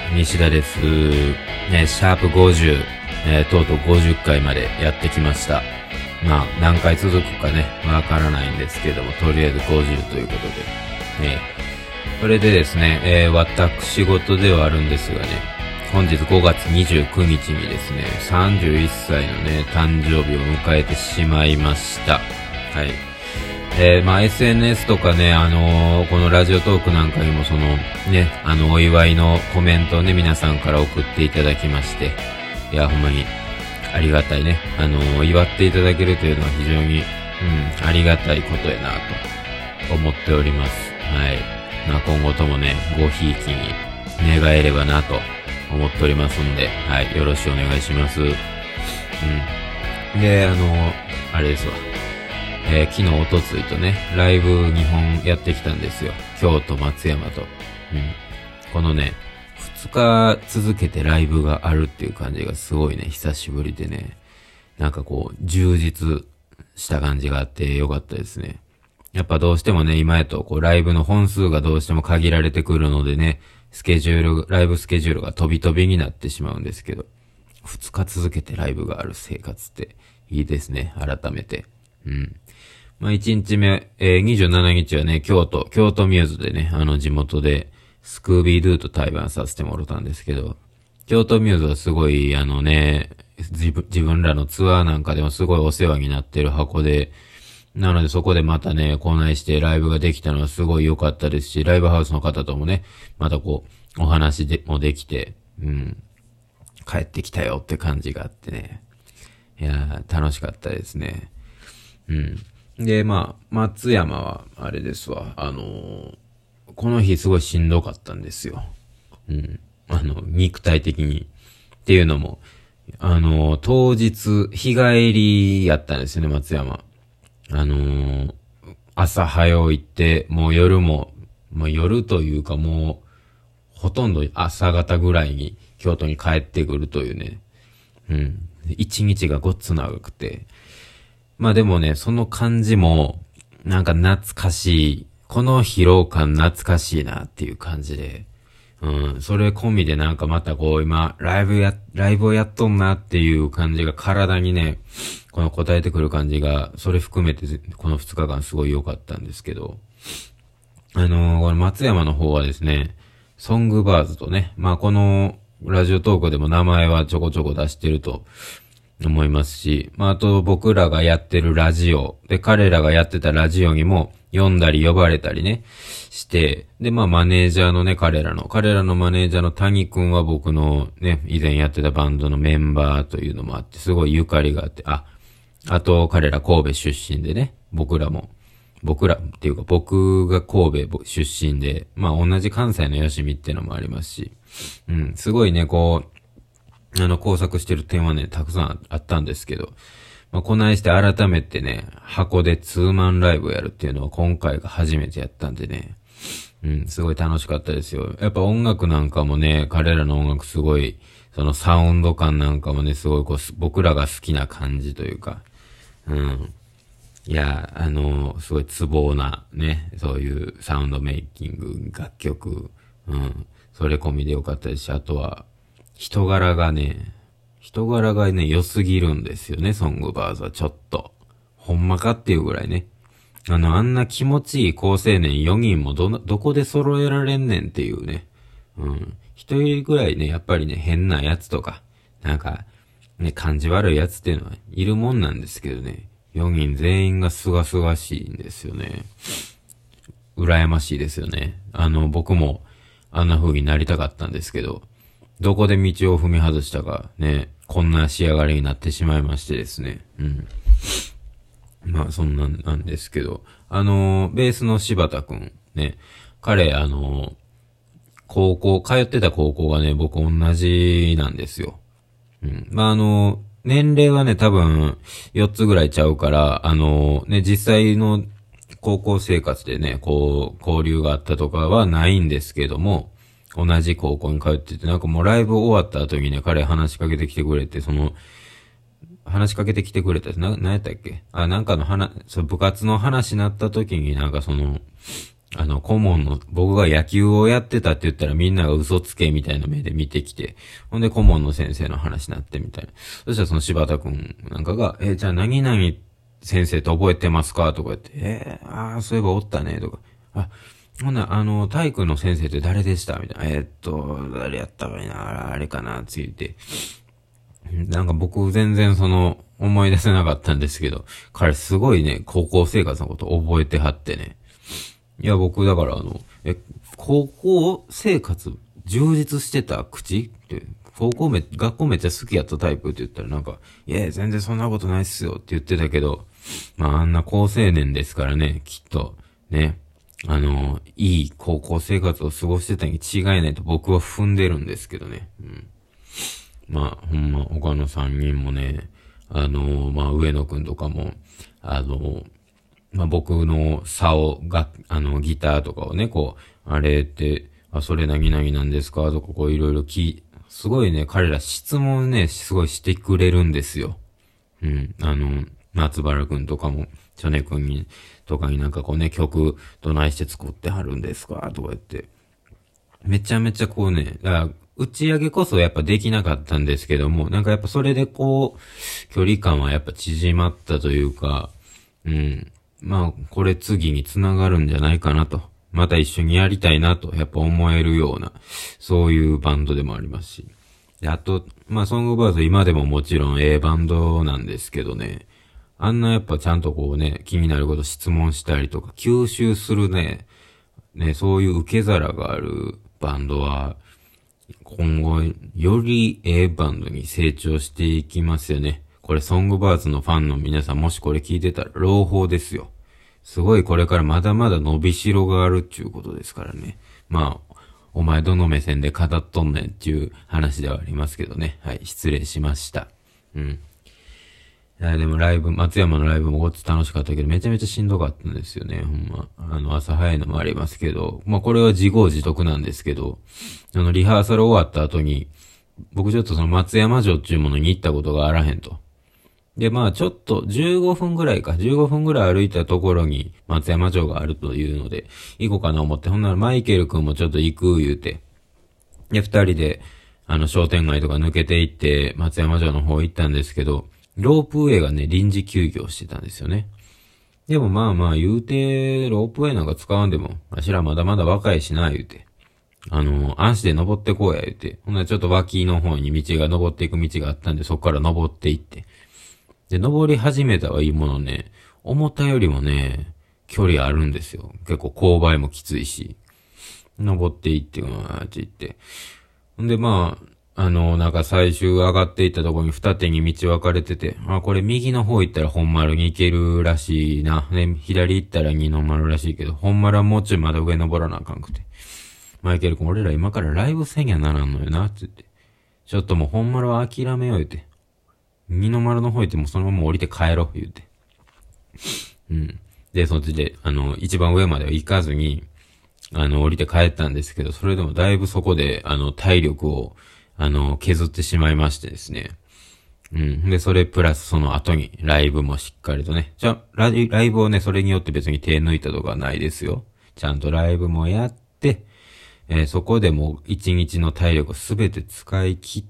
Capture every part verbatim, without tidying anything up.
西田です。ね、シャープごじゅう、えー、とうとうごじゅっかいまでやってきました。まあ、何回続くかね、わからないんですけども、とりあえずごじゅうということで。ね、それでですね、えー、私事ではあるんですがね、本日ごがつにじゅうくにちにですね、さんじゅういっさいのね、誕生日を迎えてしまいました。はい。えー、まあ エスエヌエス とかね、あのー、このラジオトークなんかにもその、ね、あの、お祝いのコメントをね、皆さんから送っていただきまして、いや、ほんまに、ありがたいね。あのー、祝っていただけるというのは非常に、うん、ありがたいことやなと思っております。はい。まあ今後ともね、ごひいきに願えればなと思っておりますんで、はい、よろしくお願いします。うん。で、あのー、あれですわ。えー、昨日、おとついとね、ライブにほんやってきたんですよ。京都、松山と。うん。このね、ふつか続けてライブがあるっていう感じがすごいね、久しぶりでね、なんかこう、充実した感じがあってよかったですね。やっぱどうしてもね、今やとこう、ライブの本数がどうしても限られてくるのでね、スケジュール、ライブスケジュールが飛び飛びになってしまうんですけど、ふつか続けてライブがある生活っていいですね、改めて。うん。まあ、いちにちめ、えー、にじゅうしちにちはね、京都、京都ミューズでね、あの地元で、スクービードゥと対バンさせてもらったんですけど、京都ミューズはすごい、あのね、自分、自分らのツアーなんかでもすごいお世話になってる箱で、なのでそこでまたね、校内してライブができたのはすごい良かったですし、ライブハウスの方ともね、またこう、お話でもできて、うん、帰ってきたよって感じがあってね、いやー、楽しかったですね。うん。で、まあ、松山は、あれですわ。あのー、この日すごいしんどかったんですよ。うん。あの、肉体的に。っていうのも、あのー、当日、日帰りやったんですよね、松山。あのー、朝早行って、もう夜も、もう夜というかもう、ほとんど朝方ぐらいに京都に帰ってくるというね。うん。一日がごっつ長くて。まあでもね、その感じも、なんか懐かしい。この疲労感懐かしいなっていう感じで。うん、それ込みでなんかまたこう今、ライブや、ライブをやっとんなっていう感じが体にね、この答えてくる感じが、それ含めてこのふつかかんすごい良かったんですけど。あのー、この松山の方はですね、ソングバーズとね、まあこのラジオトークでも名前はちょこちょこ出してると、思いますし、まあ、あと僕らがやってるラジオ、で、彼らがやってたラジオにも、読んだり呼ばれたりね、して、で、まあ、マネージャーのね、彼らの、彼らのマネージャーの谷くんは僕のね、以前やってたバンドのメンバーというのもあって、すごいゆかりがあって、あ、あと彼ら神戸出身でね、僕らも、僕らっていうか僕が神戸出身で、まあ、同じ関西のよしみってのもありますし、うん、すごいね、こう、あの、工作してる点はね、たくさんあったんですけど、まあ、こないして改めてね、箱でツーマンライブやるっていうのは今回が初めてやったんでね、うん、すごい楽しかったですよ。やっぱ音楽なんかもね、彼らの音楽すごい、そのサウンド感なんかもね、すごいこう、僕らが好きな感じというか、うん。いや、あの、すごいツボなね、そういうサウンドメイキング、楽曲、うん、それ込みでよかったですし、あとは、人柄がね、人柄がね、良すぎるんですよね、ソングバーズはちょっと。ほんまかっていうぐらいね。あの、あんな気持ちいい高青年よにんもど、どこで揃えられんねんっていうね。うん。一人ぐらいね、やっぱりね、変なやつとか、なんか、ね、感じ悪いやつっていうのはいるもんなんですけどね。よにん全員がすがすがしいんですよね。羨ましいですよね。あの、僕もあんな風になりたかったんですけど、どこで道を踏み外したかね、こんな仕上がりになってしまいましてですね。うん。まあそんなんなんですけど、あのー、ベースの柴田くんね、彼あのー、高校、通ってた高校がね、僕同じなんですよ。うん。まああのー、年齢はね、多分よっつぐらいちゃうから、あのー、ね、実際の高校生活でね、こう、交流があったとかはないんですけども、同じ高校に通ってて、なんかもうライブ終わった後にね、彼話しかけてきてくれて、その、話しかけてきてくれたな、なんやったっけあ、なんかの話、そう、部活の話になった時になんかその、 あの、顧問の、僕が野球をやってたって言ったらみんなが嘘つけみたいな目で見てきて、ほんで顧問の先生の話になってみたいな。そしたらその柴田くんなんかが、えー、じゃあ何々先生って覚えてますかとか言って、えー、ああ、そういえばおったね、とか。あ、ほんなあの、体育の先生って誰でしたみたいな。えー、っと、誰やったかいな、あれかな、ついて。なんか僕全然その、思い出せなかったんですけど、彼すごいね、高校生活のこと覚えてはってね。いや、僕、だから、あの、え、高校生活、充実してた口って、高校め、学校めっちゃ好きやったタイプって言ったらなんか、いや、全然そんなことないっすよって言ってたけど、まあ、あんな高青年ですからね、きっと、ね、あの、いい高校生活を過ごしてたに違いないと僕は踏んでるんですけどね。うん。まあ、ほんま、他のさんにんもね、あの、まあ、上野くんとかも、あの、まあ、僕の差をが、あの、ギターとかをね、こう、あれって、あ、それ何々なんですかとか、こう、いろいろき、すごいね、彼ら質問ね、すごいしてくれるんですよ。うん。あの、松原くんとかも、チョネくんに、とかになんかこうね、曲、どないして作ってはるんですかとか言って。めちゃめちゃこうね、だから打ち上げこそやっぱできなかったんですけども、なんかやっぱそれでこう、距離感はやっぱ縮まったというか、うん。まあ、これ次につながるんじゃないかなと。また一緒にやりたいなと、やっぱ思えるような、そういうバンドでもありますし。で、あと、まあ、ソングバーズ今でももちろんええバンドなんですけどね、あんなやっぱちゃんとこうね、気になること質問したりとか、吸収するね、ね、そういう受け皿があるバンドは、今後、よりええバンドに成長していきますよね。これ、ソングバーズのファンの皆さん、もしこれ聞いてたら、朗報ですよ。すごいこれからまだまだ伸びしろがあるっていうことですからね。まあ、お前どの目線で語っとんねんっていう話ではありますけどね。はい、失礼しました。うん。いや、でもライブ、松山のライブもごっつ楽しかったけど、めちゃめちゃしんどかったんですよね、ほんま。あの、朝早いのもありますけど、まあこれは自業自得なんですけど、あの、リハーサル終わった後に、僕ちょっとその松山城っていうものに行ったことがあらへんと。で、まあちょっとじゅうごふんぐらいか、じゅうごふんぐらい歩いたところに松山城があるというので、行こうかな思って、ほんならマイケル君もちょっと行く言うて、で、二人で、あの、商店街とか抜けて行って、松山城の方行ったんですけど、ロープウェイがね、臨時休業してたんですよね。でもまあまあ言うて、ロープウェイなんか使わんでも、あしらまだまだ若いしな、言うて。あの、足で登ってこうや、言うて。ほんならちょっと脇の方に道が登っていく道があったんで、そこから登っていって。で、登り始めたはいいものね、思ったよりもね、距離あるんですよ。結構勾配もきついし。登っていって、うわーって言って。んでまあ、あの、なんか最終上がっていったところに二手に道分かれてて、あ、これ右の方行ったら本丸に行けるらしいな。ね、左行ったら二の丸らしいけど、本丸はもうちょいまだ上登らなあかんくて。マイケル君、俺ら今からライブせんやならんのよな、つって。ちょっともう本丸は諦めよう言って。二の丸の方行ってもそのまま降りて帰ろう、言うて。うん。で、そっちで、あの、一番上までは行かずに、あの、降りて帰ったんですけど、それでもだいぶそこで、あの、体力を、あの、削ってしまいましてですね。うん。で、それプラスその後に、ライブもしっかりとね。じゃライ、ライブをね、それによって別に手抜いたとかはないですよ。ちゃんとライブもやって、えー、そこでもう一日の体力をすべて使い切った、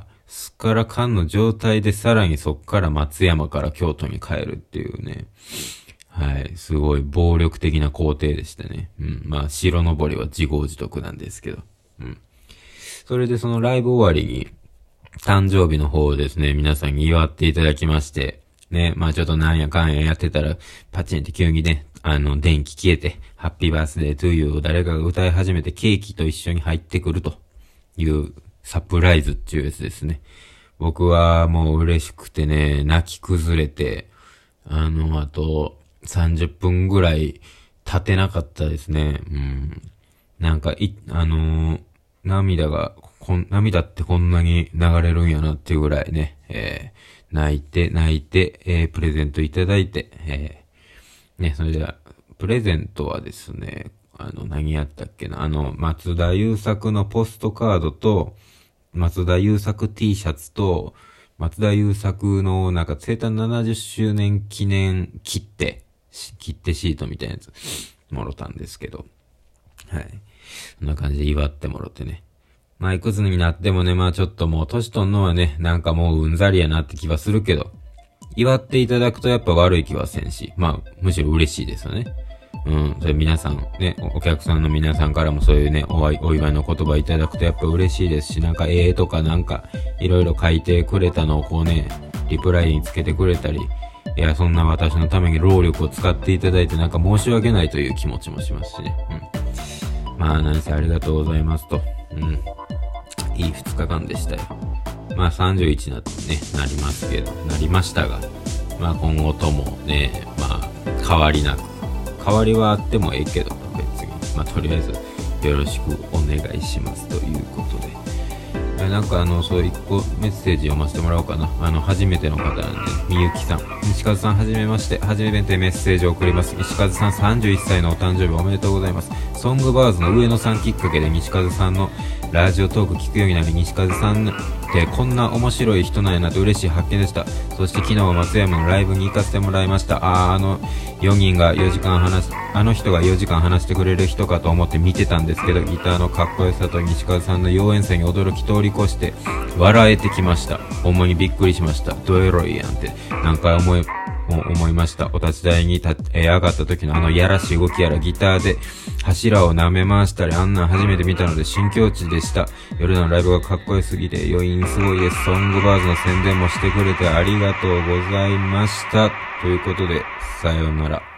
すっからかんの状態でさらにそっから松山から京都に帰るっていうね。はい。すごい暴力的な工程でしたね。うん。まあ、城登りは自業自得なんですけど。うん。それでそのライブ終わりに、誕生日の方をですね、皆さんに祝っていただきまして、ね、まあちょっとなんやかんややってたら、パチンって急にね、あの、電気消えて、ハッピーバースデートゥーユーを誰かが歌い始めて、ケーキと一緒に入ってくるというサプライズっていうやつですね。僕はもう嬉しくてね、泣き崩れて、あの、あと、さんじゅっぷんぐらい立てなかったですね。うん。なんか、い、あのー、涙が、こん、涙ってこんなに流れるんやなっていうぐらいね、えー、泣いて、泣いて、えー、プレゼントいただいて、えー、ね、それでは、プレゼントはですね、あの、何やったっけな、あの、松田優作のポストカードと、松田優作 T シャツと、松田優作のなんか生誕ななじゅっしゅうねん記念切手、切手シートみたいなやつ。 もろたんですけど。はい。そんな感じで祝ってもろってね。まあ、いくつになってもね、まあちょっともう年とんのはね、なんかもううんざりやなって気はするけど、祝っていただくとやっぱ悪い気はせんし、まあ、むしろ嬉しいですよね。うん。それ皆さん、ね、お客さんの皆さんからもそういうね、お祝い、お祝いの言葉いただくとやっぱ嬉しいですし、なんか絵とかなんか、いろいろ書いてくれたのをこうね、リプライにつけてくれたり、いや、そんな私のために労力を使っていただいてなんか申し訳ないという気持ちもしますしね。うん。まあ、なんせありがとうございますと。うん。いい二日間でしたよ。まあさんじゅういちになってね、なりますけど、なりましたが、まあ今後ともね、まあ変わりなく、変わりはあってもええけど、別に、まあとりあえずよろしくお願いしますということで。えなんかあの、そう一個メッセージ読ませてもらおうかな。あの、初めての方なんで、みゆきさん。西和さんはじめまして、初めてメッセージを送ります。西和さんさんじゅういっさいのお誕生日おめでとうございます。ソングバーズの上野さんきっかけで西和さんのラジオトーク聞くようになり、西和さんってこんな面白い人なんやなと嬉しい発見でした。そして昨日は松山のライブに行かせてもらいました。あー、あのよにんがよじかん話し、あの人がよじかん話してくれる人かと思って見てたんですけど、ギターのかっこよさと西川さんの妖艶さに驚き通り越して笑えてきました。ほんまにびっくりしました。どエロいやんって何回思い思いました。お立ち台に立って、えー、上がった時のあのやらしい動きやらギターで柱を舐め回したり、あんなん初めて見たので新境地でした。夜のライブがかっこよすぎて余韻すごいです。ソングバーズの宣伝もしてくれてありがとうございました。ということで、さようなら。